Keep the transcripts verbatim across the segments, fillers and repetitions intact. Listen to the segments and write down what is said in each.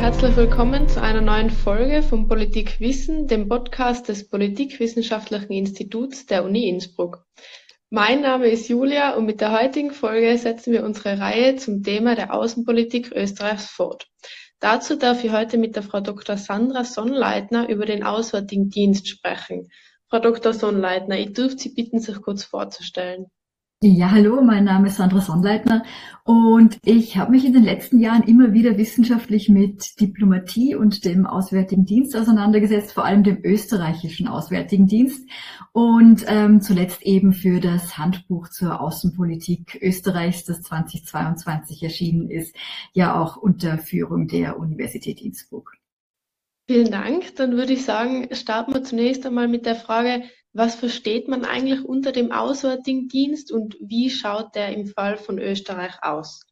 herzlich willkommen zu einer neuen Folge von Politikwissen, dem Podcast des Politikwissenschaftlichen Instituts der Uni Innsbruck. Mein Name ist Julia und mit der heutigen Folge setzen wir unsere Reihe zum Thema der Außenpolitik Österreichs fort. Dazu darf ich heute mit der Frau Doktor Sandra Sonnleitner über den Auswärtigen Dienst sprechen. Frau Doktor Sonnleitner, ich dürfte Sie bitten, sich kurz vorzustellen. Ja, hallo, mein Name ist Sandra Sonnleitner und ich habe mich in den letzten Jahren immer wieder wissenschaftlich mit Diplomatie und dem Auswärtigen Dienst auseinandergesetzt, vor allem dem österreichischen Auswärtigen Dienst und ähm, zuletzt eben für das Handbuch zur Außenpolitik Österreichs, das zweitausendzweiundzwanzig erschienen ist, ja auch unter Führung der Universität Innsbruck. Vielen Dank. Dann würde ich sagen, starten wir zunächst einmal mit der Frage, was versteht man eigentlich unter dem Auswärtigen Dienst und wie schaut der im Fall von Österreich aus?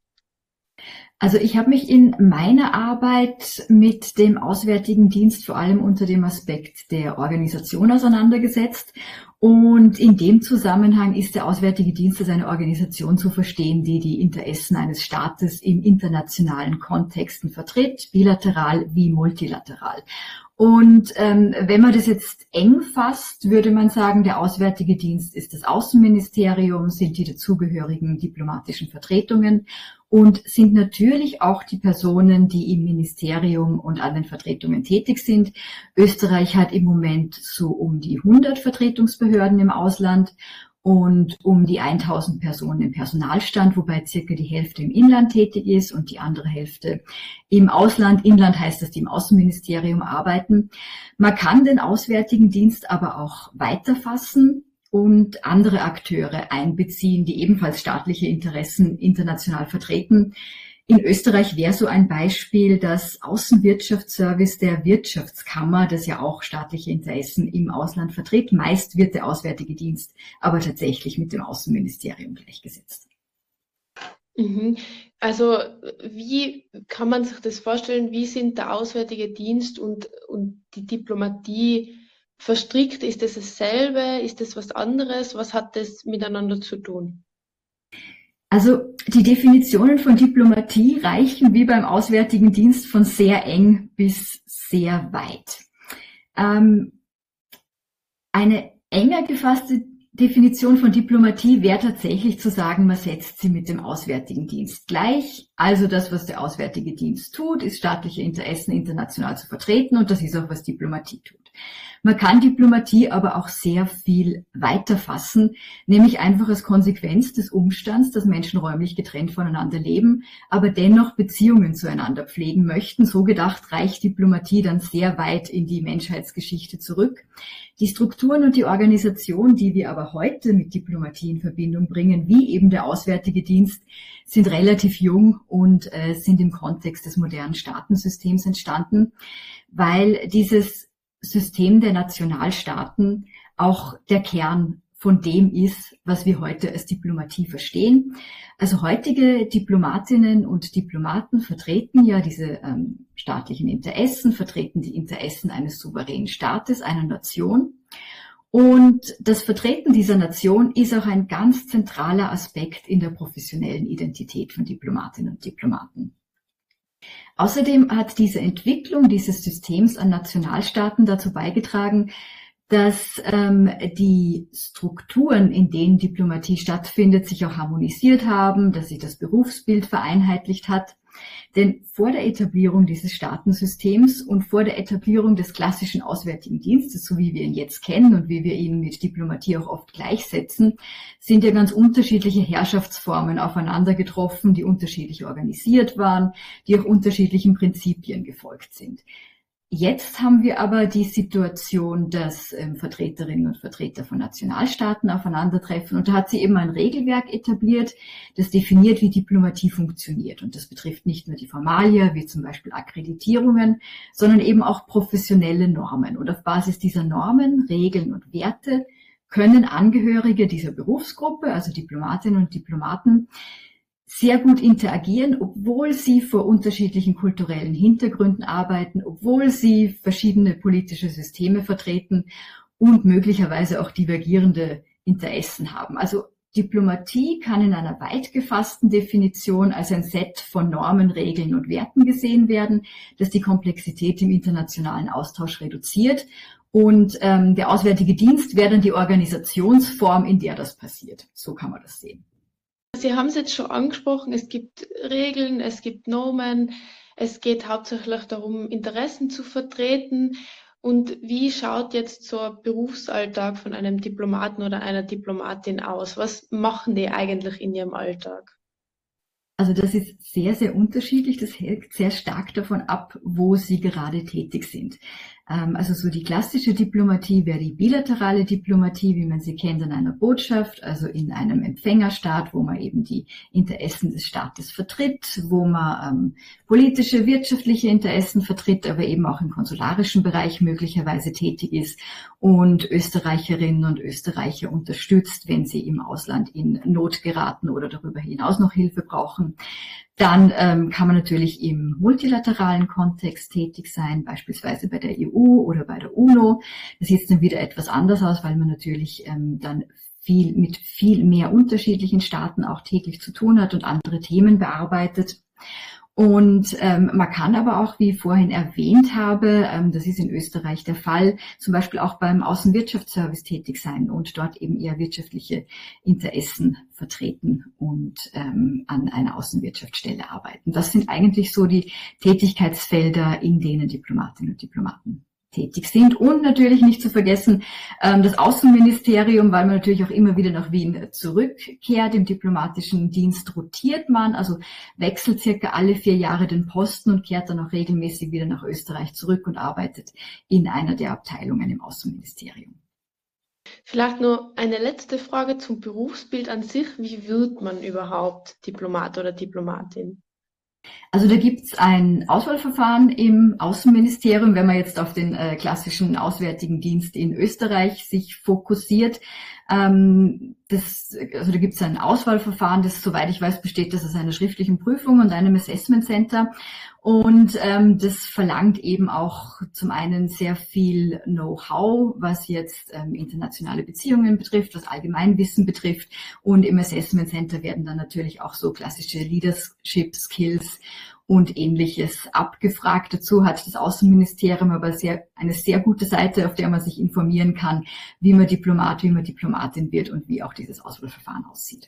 Also ich habe mich in meiner Arbeit mit dem Auswärtigen Dienst vor allem unter dem Aspekt der Organisation auseinandergesetzt. Und in dem Zusammenhang ist der Auswärtige Dienst als eine Organisation zu verstehen, die die Interessen eines Staates in internationalen Kontexten vertritt, bilateral wie multilateral. Und ähm, wenn man das jetzt eng fasst, würde man sagen, der Auswärtige Dienst ist das Außenministerium, sind die dazugehörigen diplomatischen Vertretungen und sind natürlich auch die Personen, die im Ministerium und an den Vertretungen tätig sind. Österreich hat im Moment so um die hundert Vertretungsbehörden im Ausland und um die tausend Personen im Personalstand, wobei circa die Hälfte im Inland tätig ist und die andere Hälfte im Ausland. Inland heißt, dass die im Außenministerium arbeiten. Man kann den Auswärtigen Dienst aber auch weiterfassen und andere Akteure einbeziehen, die ebenfalls staatliche Interessen international vertreten. In Österreich wäre so ein Beispiel das Außenwirtschaftsservice der Wirtschaftskammer, das ja auch staatliche Interessen im Ausland vertritt. Meist wird der Auswärtige Dienst aber tatsächlich mit dem Außenministerium gleichgesetzt. Mhm. Also wie kann man sich das vorstellen? Wie sind der Auswärtige Dienst und, und die Diplomatie verstrickt? Ist das dasselbe? Ist das was anderes? Was hat das miteinander zu tun? Also die Definitionen von Diplomatie reichen wie beim Auswärtigen Dienst von sehr eng bis sehr weit. Ähm, eine enger gefasste Definition von Diplomatie wäre tatsächlich zu sagen, man setzt sie mit dem Auswärtigen Dienst gleich. Also das, was der Auswärtige Dienst tut, ist staatliche Interessen international zu vertreten und das ist auch, was Diplomatie tut. Man kann Diplomatie aber auch sehr viel weiter fassen, nämlich einfach als Konsequenz des Umstands, dass Menschen räumlich getrennt voneinander leben, aber dennoch Beziehungen zueinander pflegen möchten. So gedacht reicht Diplomatie dann sehr weit in die Menschheitsgeschichte zurück. Die Strukturen und die Organisation, die wir aber heute mit Diplomatie in Verbindung bringen, wie eben der Auswärtige Dienst, sind relativ jung und äh, sind im Kontext des modernen Staatensystems entstanden, weil dieses System der Nationalstaaten auch der Kern von dem ist, was wir heute als Diplomatie verstehen. Also heutige Diplomatinnen und Diplomaten vertreten ja diese ähm, staatlichen Interessen, vertreten die Interessen eines souveränen Staates, einer Nation. Und das Vertreten dieser Nation ist auch ein ganz zentraler Aspekt in der professionellen Identität von Diplomatinnen und Diplomaten. Außerdem hat diese Entwicklung dieses Systems an Nationalstaaten dazu beigetragen, dass ähm, die Strukturen, in denen Diplomatie stattfindet, sich auch harmonisiert haben, dass sich das Berufsbild vereinheitlicht hat. Denn vor der Etablierung dieses Staatensystems und vor der Etablierung des klassischen Auswärtigen Dienstes, so wie wir ihn jetzt kennen und wie wir ihn mit Diplomatie auch oft gleichsetzen, sind ja ganz unterschiedliche Herrschaftsformen aufeinander getroffen, die unterschiedlich organisiert waren, die auch unterschiedlichen Prinzipien gefolgt sind. Jetzt haben wir aber die Situation, dass ähm, Vertreterinnen und Vertreter von Nationalstaaten aufeinandertreffen. Und da hat sie eben ein Regelwerk etabliert, das definiert, wie Diplomatie funktioniert. Und das betrifft nicht nur die Formalia, wie zum Beispiel Akkreditierungen, sondern eben auch professionelle Normen. Und auf Basis dieser Normen, Regeln und Werte können Angehörige dieser Berufsgruppe, also Diplomatinnen und Diplomaten, sehr gut interagieren, obwohl sie vor unterschiedlichen kulturellen Hintergründen arbeiten, obwohl sie verschiedene politische Systeme vertreten und möglicherweise auch divergierende Interessen haben. Also Diplomatie kann in einer weit gefassten Definition als ein Set von Normen, Regeln und Werten gesehen werden, das die Komplexität im internationalen Austausch reduziert. Und ähm, der Auswärtige Dienst wäre dann die Organisationsform, in der das passiert. So kann man das sehen. Sie haben es jetzt schon angesprochen, es gibt Regeln, es gibt Normen, es geht hauptsächlich darum, Interessen zu vertreten. Und wie schaut jetzt so ein Berufsalltag von einem Diplomaten oder einer Diplomatin aus? Was machen die eigentlich in ihrem Alltag? Also das ist sehr, sehr unterschiedlich. Das hängt sehr stark davon ab, wo Sie gerade tätig sind. Also so die klassische Diplomatie wäre die bilaterale Diplomatie, wie man sie kennt in einer Botschaft, also in einem Empfängerstaat, wo man eben die Interessen des Staates vertritt, wo man ähm, politische, wirtschaftliche Interessen vertritt, aber eben auch im konsularischen Bereich möglicherweise tätig ist und Österreicherinnen und Österreicher unterstützt, wenn sie im Ausland in Not geraten oder darüber hinaus noch Hilfe brauchen. Dann ähm, kann man natürlich im multilateralen Kontext tätig sein, beispielsweise bei der E U oder bei der UNO. Das sieht dann wieder etwas anders aus, weil man natürlich ähm, dann viel mit viel mehr unterschiedlichen Staaten auch täglich zu tun hat und andere Themen bearbeitet. Und ähm, man kann aber auch, wie ich vorhin erwähnt habe, ähm, das ist in Österreich der Fall, zum Beispiel auch beim Außenwirtschaftsservice tätig sein und dort eben eher wirtschaftliche Interessen vertreten und ähm, an einer Außenwirtschaftsstelle arbeiten. Das sind eigentlich so die Tätigkeitsfelder, in denen Diplomatinnen und Diplomaten tätig sind. Und natürlich nicht zu vergessen das Außenministerium, weil man natürlich auch immer wieder nach Wien zurückkehrt. Im diplomatischen Dienst rotiert man, also wechselt circa alle vier Jahre den Posten und kehrt dann auch regelmäßig wieder nach Österreich zurück und arbeitet in einer der Abteilungen im Außenministerium. Vielleicht nur eine letzte Frage zum Berufsbild an sich. Wie wird man überhaupt Diplomat oder Diplomatin? Also da gibt's ein Auswahlverfahren im Außenministerium, wenn man jetzt auf den äh, klassischen Auswärtigen Dienst in Österreich sich fokussiert. Ähm, das, also da gibt's ein Auswahlverfahren, das, soweit ich weiß, besteht das aus einer schriftlichen Prüfung und einem Assessment Center. Und ähm, das verlangt eben auch zum einen sehr viel Know-how, was jetzt ähm, internationale Beziehungen betrifft, was Allgemeinwissen betrifft. Und im Assessment Center werden dann natürlich auch so klassische Leadership Skills und Ähnliches abgefragt. Dazu hat das Außenministerium aber sehr, eine sehr gute Seite, auf der man sich informieren kann, wie man Diplomat, wie man Diplomatin wird und wie auch dieses Auswahlverfahren aussieht.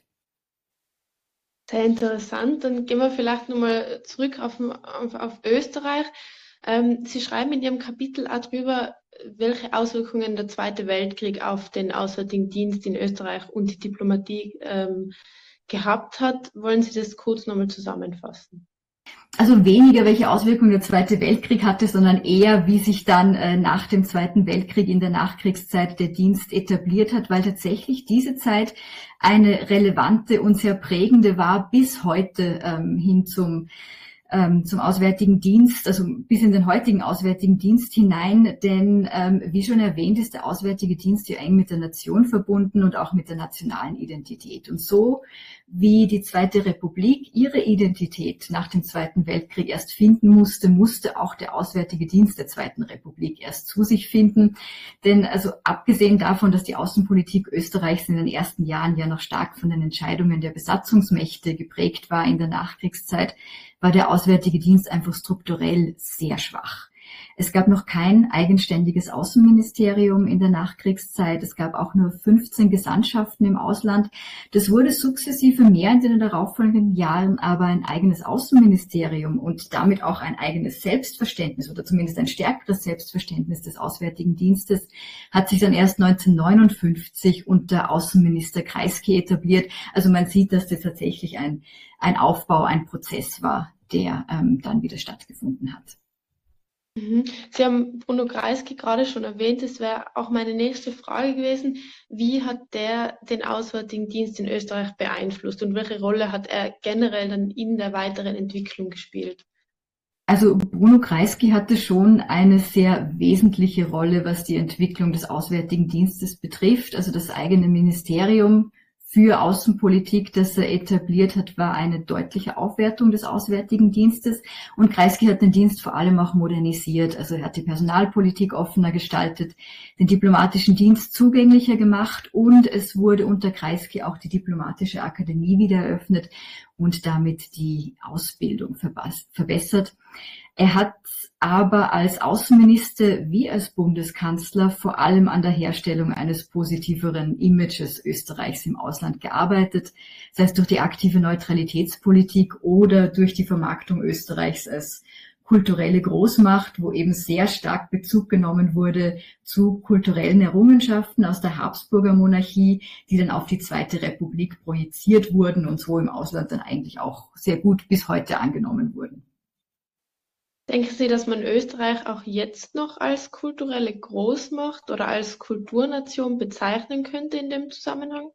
Sehr interessant. Dann gehen wir vielleicht nochmal zurück auf, auf, auf Österreich. Ähm, Sie schreiben in Ihrem Kapitel auch drüber, welche Auswirkungen der Zweite Weltkrieg auf den Auswärtigen Dienst in Österreich und die Diplomatie ähm, gehabt hat. Wollen Sie das kurz nochmal zusammenfassen? Also weniger, welche Auswirkungen der Zweite Weltkrieg hatte, sondern eher, wie sich dann äh, nach dem Zweiten Weltkrieg in der Nachkriegszeit der Dienst etabliert hat, weil tatsächlich diese Zeit eine relevante und sehr prägende war bis heute ähm, hin zum ähm, zum Auswärtigen Dienst, also bis in den heutigen Auswärtigen Dienst hinein, denn ähm, wie schon erwähnt, ist der Auswärtige Dienst ja eng mit der Nation verbunden und auch mit der nationalen Identität. Und so wie die Zweite Republik ihre Identität nach dem Zweiten Weltkrieg erst finden musste, musste auch der Auswärtige Dienst der Zweiten Republik erst zu sich finden. Denn also abgesehen davon, dass die Außenpolitik Österreichs in den ersten Jahren ja noch stark von den Entscheidungen der Besatzungsmächte geprägt war in der Nachkriegszeit, war der Auswärtige Dienst einfach strukturell sehr schwach. Es gab noch kein eigenständiges Außenministerium in der Nachkriegszeit. Es gab auch nur fünfzehn Gesandtschaften im Ausland. Das wurde sukzessive mehr in den darauffolgenden Jahren, aber ein eigenes Außenministerium und damit auch ein eigenes Selbstverständnis oder zumindest ein stärkeres Selbstverständnis des Auswärtigen Dienstes hat sich dann erst neunzehnhundertneunundfünfzig unter Außenminister Kreisky etabliert. Also man sieht, dass das tatsächlich ein, ein Aufbau, ein Prozess war, der ähm, dann wieder stattgefunden hat. Sie haben Bruno Kreisky gerade schon erwähnt, das wäre auch meine nächste Frage gewesen. Wie hat der den Auswärtigen Dienst in Österreich beeinflusst und welche Rolle hat er generell dann in der weiteren Entwicklung gespielt? Also Bruno Kreisky hatte schon eine sehr wesentliche Rolle, was die Entwicklung des Auswärtigen Dienstes betrifft. Also das eigene Ministerium für Außenpolitik, das er etabliert hat, war eine deutliche Aufwertung des Auswärtigen Dienstes. Und Kreisky hat den Dienst vor allem auch modernisiert. Also er hat die Personalpolitik offener gestaltet, den diplomatischen Dienst zugänglicher gemacht und es wurde unter Kreisky auch die Diplomatische Akademie wieder eröffnet und damit die Ausbildung verbessert. Er hat aber als Außenminister wie als Bundeskanzler vor allem an der Herstellung eines positiveren Images Österreichs im Ausland gearbeitet, sei es durch die aktive Neutralitätspolitik oder durch die Vermarktung Österreichs als kulturelle Großmacht, wo eben sehr stark Bezug genommen wurde zu kulturellen Errungenschaften aus der Habsburger Monarchie, die dann auf die Zweite Republik projiziert wurden und so im Ausland dann eigentlich auch sehr gut bis heute angenommen wurden. Denken Sie, dass man Österreich auch jetzt noch als kulturelle Großmacht oder als Kulturnation bezeichnen könnte in dem Zusammenhang?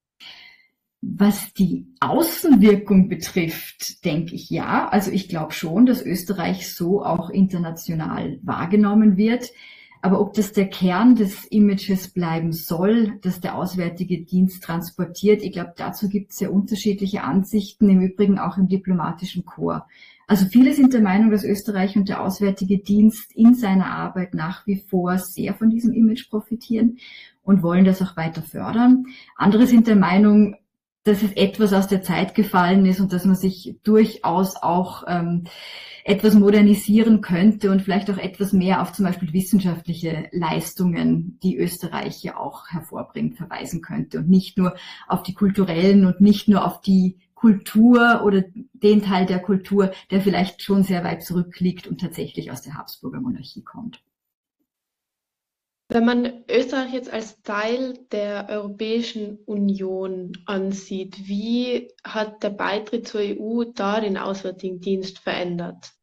Was die Außenwirkung betrifft, denke ich ja. Also ich glaube schon, dass Österreich so auch international wahrgenommen wird. Aber ob das der Kern des Images bleiben soll, das der Auswärtige Dienst transportiert, ich glaube, dazu gibt es ja unterschiedliche Ansichten, im Übrigen auch im diplomatischen Korps. Also viele sind der Meinung, dass Österreich und der Auswärtige Dienst in seiner Arbeit nach wie vor sehr von diesem Image profitieren und wollen das auch weiter fördern. Andere sind der Meinung, dass es etwas aus der Zeit gefallen ist und dass man sich durchaus auch ähm, etwas modernisieren könnte und vielleicht auch etwas mehr auf zum Beispiel wissenschaftliche Leistungen, die Österreich ja auch hervorbringt, verweisen könnte und nicht nur auf die kulturellen und nicht nur auf die Kultur oder den Teil der Kultur, der vielleicht schon sehr weit zurückliegt und tatsächlich aus der Habsburger Monarchie kommt. Wenn man Österreich jetzt als Teil der Europäischen Union ansieht, wie hat der Beitritt zur E U da den Auswärtigen Dienst verändert?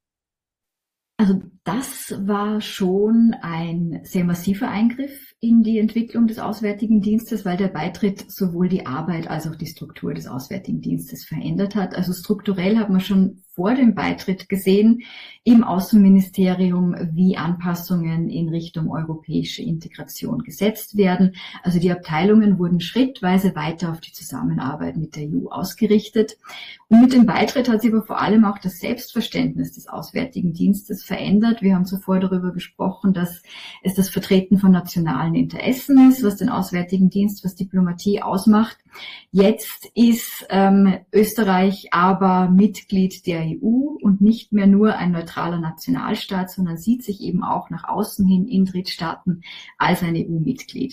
Also das war schon ein sehr massiver Eingriff in die Entwicklung des Auswärtigen Dienstes, weil der Beitritt sowohl die Arbeit als auch die Struktur des Auswärtigen Dienstes verändert hat. Also strukturell hat man schon vor dem Beitritt gesehen im Außenministerium, wie Anpassungen in Richtung europäische Integration gesetzt werden. Also die Abteilungen wurden schrittweise weiter auf die Zusammenarbeit mit der E U ausgerichtet. Und mit dem Beitritt hat sich aber vor allem auch das Selbstverständnis des Auswärtigen Dienstes verändert. Wir haben zuvor darüber gesprochen, dass es das Vertreten von nationalen Interessen ist, was den Auswärtigen Dienst, was Diplomatie ausmacht. Jetzt ist ähm, Österreich aber Mitglied der E U und nicht mehr nur ein neutraler Nationalstaat, sondern sieht sich eben auch nach außen hin in Drittstaaten als ein E U-Mitglied.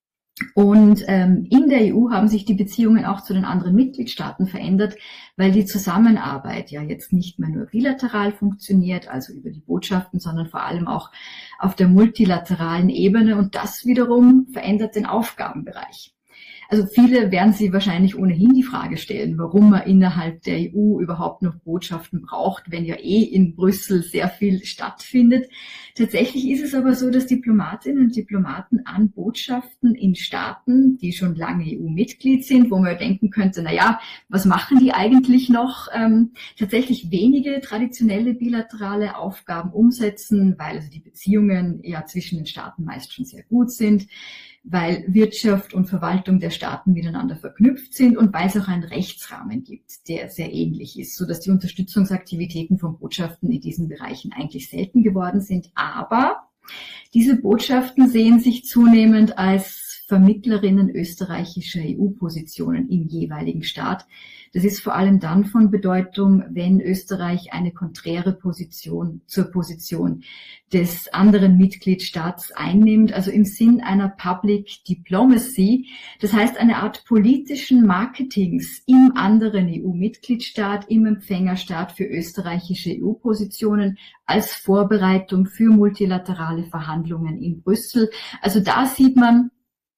Und ähm, in der E U haben sich die Beziehungen auch zu den anderen Mitgliedstaaten verändert, weil die Zusammenarbeit ja jetzt nicht mehr nur bilateral funktioniert, also über die Botschaften, sondern vor allem auch auf der multilateralen Ebene. Und das wiederum verändert den Aufgabenbereich. Also viele werden sich wahrscheinlich ohnehin die Frage stellen, warum man innerhalb der E U überhaupt noch Botschaften braucht, wenn ja eh in Brüssel sehr viel stattfindet. Tatsächlich ist es aber so, dass Diplomatinnen und Diplomaten an Botschaften in Staaten, die schon lange E U-Mitglied sind, wo man denken könnte, na ja, was machen die eigentlich noch, ähm, tatsächlich wenige traditionelle bilaterale Aufgaben umsetzen, weil also die Beziehungen ja zwischen den Staaten meist schon sehr gut sind, weil Wirtschaft und Verwaltung der Staaten miteinander verknüpft sind und weil es auch einen Rechtsrahmen gibt, der sehr ähnlich ist, so dass die Unterstützungsaktivitäten von Botschaften in diesen Bereichen eigentlich selten geworden sind. Aber diese Botschaften sehen sich zunehmend als Vermittlerinnen österreichischer E U-Positionen im jeweiligen Staat. Das ist vor allem dann von Bedeutung, wenn Österreich eine konträre Position zur Position des anderen Mitgliedstaats einnimmt, also im Sinn einer Public Diplomacy, das heißt eine Art politischen Marketings im anderen E U-Mitgliedstaat, im Empfängerstaat für österreichische E U-Positionen als Vorbereitung für multilaterale Verhandlungen in Brüssel. Also da sieht man,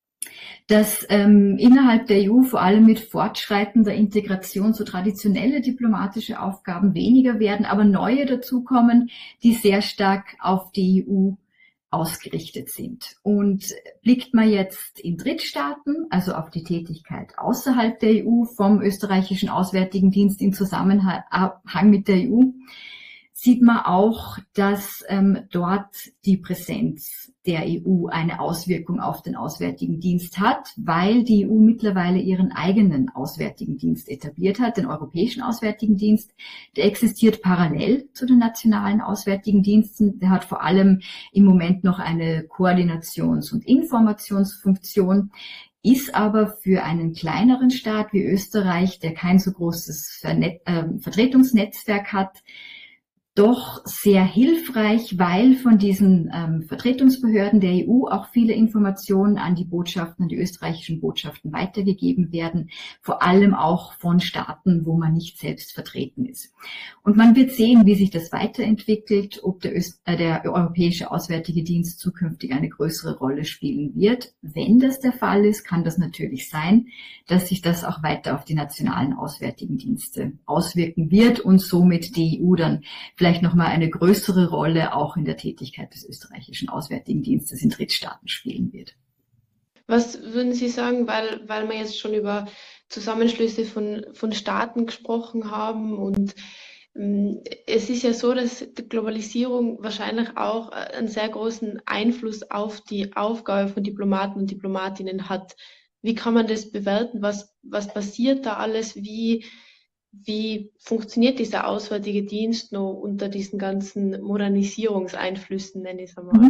dass ähm, innerhalb der E U vor allem mit fortschreitender Integration so traditionelle diplomatische Aufgaben weniger werden, aber neue dazukommen, die sehr stark auf die E U ausgerichtet sind. Und blickt man jetzt in Drittstaaten, also auf die Tätigkeit außerhalb der E U vom österreichischen Auswärtigen Dienst im Zusammenhang mit der E U, sieht man auch, dass ähm, dort die Präsenz der E U eine Auswirkung auf den Auswärtigen Dienst hat, weil die E U mittlerweile ihren eigenen Auswärtigen Dienst etabliert hat, den Europäischen Auswärtigen Dienst. Der existiert parallel zu den nationalen Auswärtigen Diensten. Der hat vor allem im Moment noch eine Koordinations- und Informationsfunktion, ist aber für einen kleineren Staat wie Österreich, der kein so großes Vernet- äh, Vertretungsnetzwerk hat, doch sehr hilfreich, weil von diesen ähm, Vertretungsbehörden der E U auch viele Informationen an die Botschaften, an die österreichischen Botschaften weitergegeben werden, vor allem auch von Staaten, wo man nicht selbst vertreten ist. Und man wird sehen, wie sich das weiterentwickelt, ob der, Öst äh, der Europäische Auswärtige Dienst zukünftig eine größere Rolle spielen wird. Wenn das der Fall ist, kann das natürlich sein, dass sich das auch weiter auf die nationalen Auswärtigen Dienste auswirken wird und somit die E U dann vielleicht vielleicht nochmal eine größere Rolle auch in der Tätigkeit des österreichischen Auswärtigen Dienstes in Drittstaaten spielen wird. Was würden Sie sagen, weil, weil wir jetzt schon über Zusammenschlüsse von, von Staaten gesprochen haben und ähm, es ist ja so, dass die Globalisierung wahrscheinlich auch einen sehr großen Einfluss auf die Aufgabe von Diplomaten und Diplomatinnen hat. Wie kann man das bewerten? Was, was passiert da alles? Wie Wie funktioniert dieser Auswärtige Dienst noch unter diesen ganzen Modernisierungseinflüssen, nenne ich es einmal?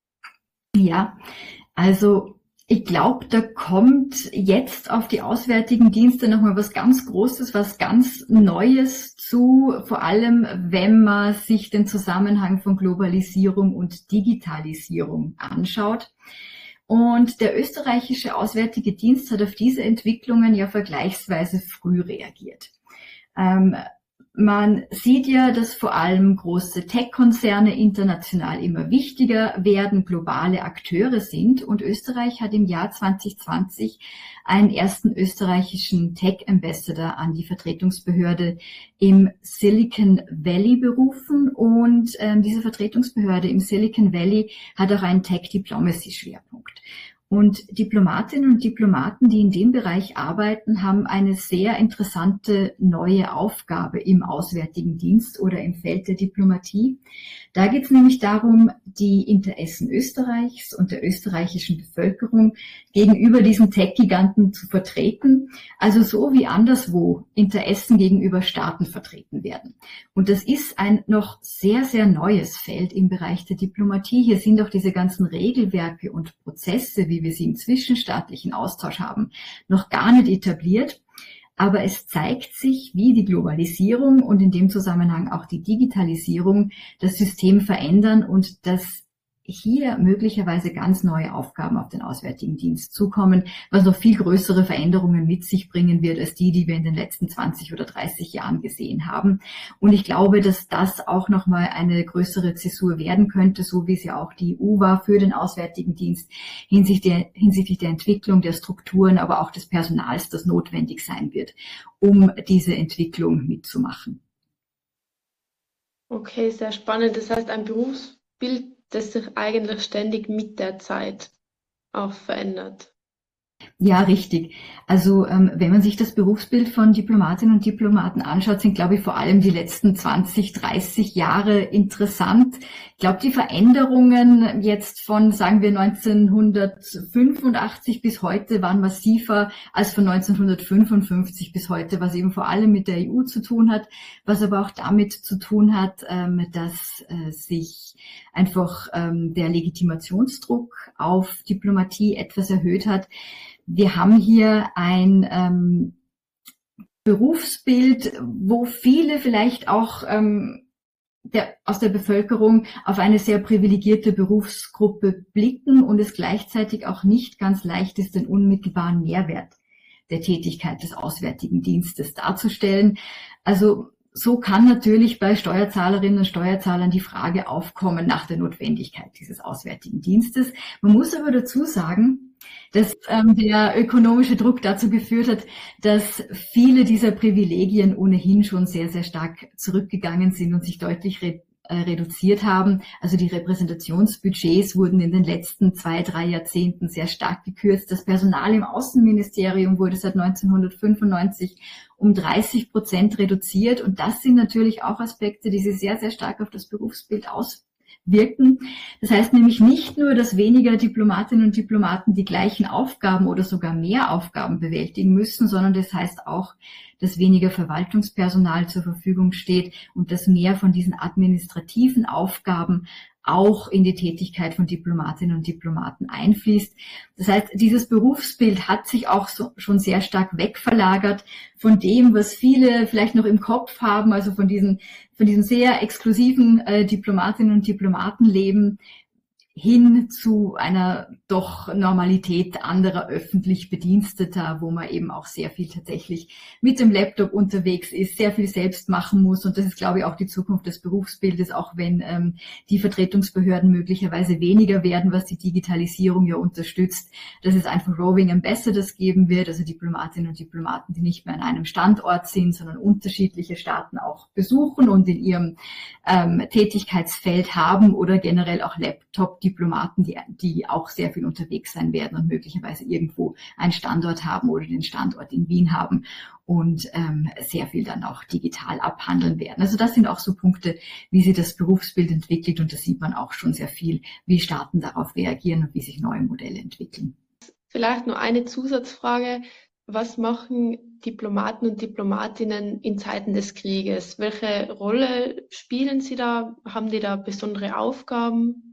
Ja, also ich glaube, da kommt jetzt auf die Auswärtigen Dienste nochmal was ganz Großes, was ganz Neues zu, vor allem wenn man sich den Zusammenhang von Globalisierung und Digitalisierung anschaut. Und der österreichische Auswärtige Dienst hat auf diese Entwicklungen ja vergleichsweise früh reagiert. Ähm, man sieht ja, dass vor allem große Tech-Konzerne international immer wichtiger werden, globale Akteure sind. Und Österreich hat im Jahr zwanzig zwanzig einen ersten österreichischen Tech-Ambassador an die Vertretungsbehörde im Silicon Valley berufen. Und ähm, diese Vertretungsbehörde im Silicon Valley hat auch einen Tech-Diplomacy-Schwerpunkt. Und Diplomatinnen und Diplomaten, die in dem Bereich arbeiten, haben eine sehr interessante neue Aufgabe im Auswärtigen Dienst oder im Feld der Diplomatie. Da geht es nämlich darum, die Interessen Österreichs und der österreichischen Bevölkerung gegenüber diesen Tech-Giganten zu vertreten, also so wie anderswo Interessen gegenüber Staaten vertreten werden. Und das ist ein noch sehr, sehr neues Feld im Bereich der Diplomatie. Hier sind auch diese ganzen Regelwerke und Prozesse, wie wir sie im zwischenstaatlichen Austausch haben, noch gar nicht etabliert. Aber es zeigt sich, wie die Globalisierung und in dem Zusammenhang auch die Digitalisierung das System verändern und dass hier möglicherweise ganz neue Aufgaben auf den Auswärtigen Dienst zukommen, was noch viel größere Veränderungen mit sich bringen wird als die, die wir in den letzten zwanzig oder dreißig Jahren gesehen haben. Und ich glaube, dass das auch nochmal eine größere Zäsur werden könnte, so wie es ja auch die E U war für den Auswärtigen Dienst hinsichtlich der, hinsichtlich der Entwicklung der Strukturen, aber auch des Personals, das notwendig sein wird, um diese Entwicklung mitzumachen. Okay, sehr spannend. Das heißt, ein Berufsbild, das sich eigentlich ständig mit der Zeit auch verändert. Ja, richtig. Also ähm, wenn man sich das Berufsbild von Diplomatinnen und Diplomaten anschaut, sind, glaube ich, vor allem die letzten zwanzig, dreißig Jahre interessant. Ich glaube, die Veränderungen jetzt von, sagen wir, neunzehnhundertfünfundachtzig bis heute waren massiver als von neunzehnhundertfünfundfünfzig bis heute, was eben vor allem mit der E U zu tun hat, was aber auch damit zu tun hat, ähm, dass äh, sich einfach ähm, der Legitimationsdruck auf Diplomatie etwas erhöht hat. Wir haben hier ein ähm, Berufsbild, wo viele vielleicht auch ähm, der, aus der Bevölkerung auf eine sehr privilegierte Berufsgruppe blicken und es gleichzeitig auch nicht ganz leicht ist, den unmittelbaren Mehrwert der Tätigkeit des Auswärtigen Dienstes darzustellen. Also so kann natürlich bei Steuerzahlerinnen und Steuerzahlern die Frage aufkommen nach der Notwendigkeit dieses Auswärtigen Dienstes. Man muss aber dazu sagen, dass ähm, der ökonomische Druck dazu geführt hat, dass viele dieser Privilegien ohnehin schon sehr, sehr stark zurückgegangen sind und sich deutlich re äh, reduziert haben. Also die Repräsentationsbudgets wurden in den letzten zwei, drei Jahrzehnten sehr stark gekürzt. Das Personal im Außenministerium wurde seit neunzehnhundertfünfundneunzig um dreißig Prozent reduziert. Und das sind natürlich auch Aspekte, die sich sehr, sehr stark auf das Berufsbild auswirken. Das heißt nämlich nicht nur, dass weniger Diplomatinnen und Diplomaten die gleichen Aufgaben oder sogar mehr Aufgaben bewältigen müssen, sondern das heißt auch, dass weniger Verwaltungspersonal zur Verfügung steht und dass mehr von diesen administrativen Aufgaben auch in die Tätigkeit von Diplomatinnen und Diplomaten einfließt. Das heißt, dieses Berufsbild hat sich auch so, schon sehr stark wegverlagert von dem, was viele vielleicht noch im Kopf haben, also von diesen, von diesem sehr exklusiven äh, Diplomatinnen und Diplomatenleben hin zu einer doch Normalität anderer öffentlich Bediensteter, wo man eben auch sehr viel tatsächlich mit dem Laptop unterwegs ist, sehr viel selbst machen muss. Und das ist, glaube ich, auch die Zukunft des Berufsbildes, auch wenn ähm, die Vertretungsbehörden möglicherweise weniger werden, was die Digitalisierung ja unterstützt, dass es einfach Roving Ambassadors geben wird, also Diplomatinnen und Diplomaten, die nicht mehr an einem Standort sind, sondern unterschiedliche Staaten auch besuchen und in ihrem ähm, Tätigkeitsfeld haben oder generell auch Laptop Diplomaten, die, die auch sehr viel unterwegs sein werden und möglicherweise irgendwo einen Standort haben oder den Standort in Wien haben und ähm, sehr viel dann auch digital abhandeln werden. Also das sind auch so Punkte, wie sich das Berufsbild entwickelt, und da sieht man auch schon sehr viel, wie Staaten darauf reagieren und wie sich neue Modelle entwickeln. Vielleicht nur eine Zusatzfrage. Was machen Diplomaten und Diplomatinnen in Zeiten des Krieges? Welche Rolle spielen sie da? Haben die da besondere Aufgaben?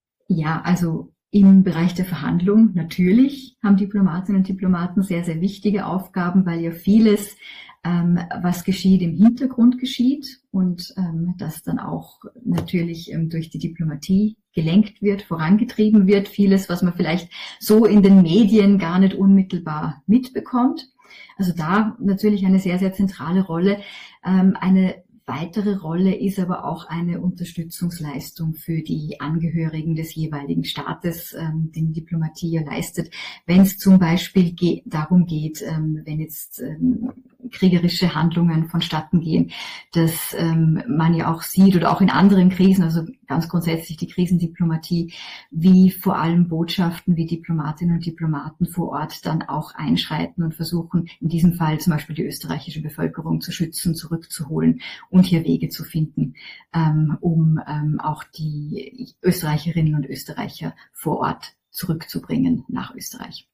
Ja, also im Bereich der Verhandlung natürlich haben Diplomatinnen und Diplomaten sehr, sehr wichtige Aufgaben, weil ja vieles, ähm, was geschieht, im Hintergrund geschieht und ähm, das dann auch natürlich ähm, durch die Diplomatie gelenkt wird, vorangetrieben wird. Vieles, was man vielleicht so in den Medien gar nicht unmittelbar mitbekommt. Also da natürlich eine sehr, sehr zentrale Rolle. Ähm, eine weitere Rolle ist aber auch eine Unterstützungsleistung für die Angehörigen des jeweiligen Staates, ähm, den die Diplomatie ja leistet. Wenn es zum Beispiel ge- darum geht, ähm, wenn jetzt ähm, kriegerische Handlungen vonstatten gehen, dass ähm, man ja auch sieht, oder auch in anderen Krisen, also ganz grundsätzlich die Krisendiplomatie, wie vor allem Botschaften, wie Diplomatinnen und Diplomaten vor Ort dann auch einschreiten und versuchen, in diesem Fall zum Beispiel die österreichische Bevölkerung zu schützen, zurückzuholen und hier Wege zu finden, ähm, um ähm, auch die Österreicherinnen und Österreicher vor Ort zurückzubringen nach Österreich.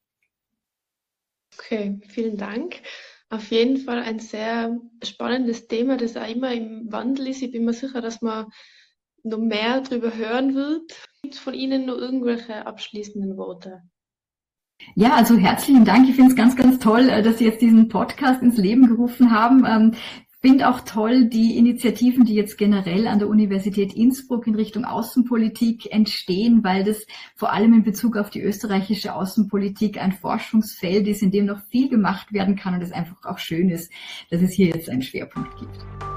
Okay, vielen Dank. Auf jeden Fall ein sehr spannendes Thema, das auch immer im Wandel ist. Ich bin mir sicher, dass man noch mehr darüber hören wird. Gibt es von Ihnen noch irgendwelche abschließenden Worte? Ja, also herzlichen Dank. Ich finde es ganz, ganz toll, dass Sie jetzt diesen Podcast ins Leben gerufen haben. Ich finde auch toll die Initiativen, die jetzt generell an der Universität Innsbruck in Richtung Außenpolitik entstehen, weil das vor allem in Bezug auf die österreichische Außenpolitik ein Forschungsfeld ist, in dem noch viel gemacht werden kann und es einfach auch schön ist, dass es hier jetzt einen Schwerpunkt gibt.